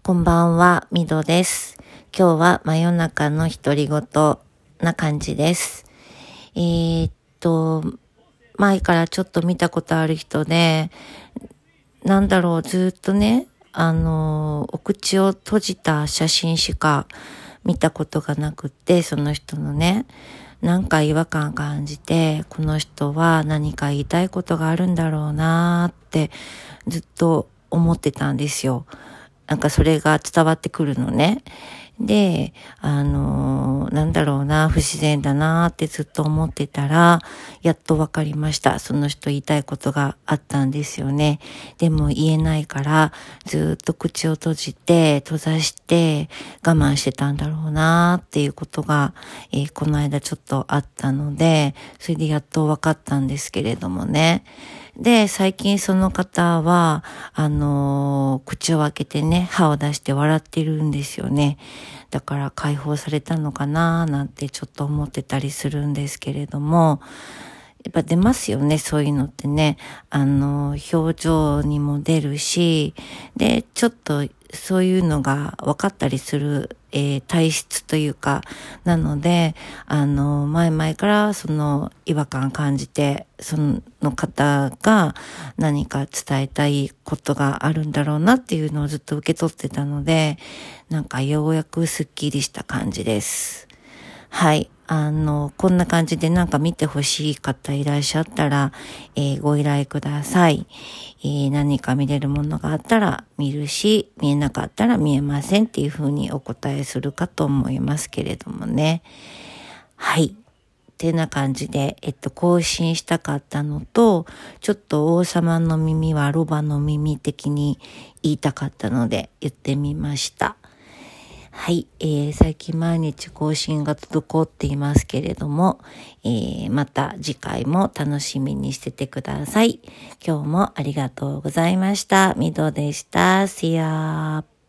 こんばんは、みどです。今日は真夜中の独り言な感じです。前からちょっと見たことある人で、ずっとね、お口を閉じた写真しか見たことがなくって、その人のね、なんか違和感感じて、この人は何か言いたいことがあるんだろうなーってずっと思ってたんですよ。なんかそれが伝わってくるのね。で、不自然だなーってずっと思ってたら、やっとわかりました。その人言いたいことがあったんですよね。でも言えないから、ずっと口を閉ざして、我慢してたんだろうなーっていうことが、この間ちょっとあったので、それでやっとわかったんですけれどもね。で、最近その方は、口を開けてね、歯を出して笑ってるんですよね。だから解放されたのかななんてちょっと思ってたりするんですけれども、やっぱ出ますよね、そういうのってね。表情にも出るし、で、ちょっとそういうのが分かったりする、体質というか、なので、前々からその違和感感じて、その方が何か伝えたいことがあるんだろうなっていうのをずっと受け取ってたので、なんかようやくスッキリした感じです。はい。こんな感じでなんか見てほしい方いらっしゃったら、ご依頼ください。何か見れるものがあったら見るし、見えなかったら見えませんっていうふうにお答えするかと思いますけれどもね。はい。ってな感じで、更新したかったのと、ちょっと王様の耳はロバの耳的に言いたかったので言ってみました。はい、最近毎日更新が滞っていますけれども、また次回も楽しみにしててください。今日もありがとうございました。みどでした。See ya!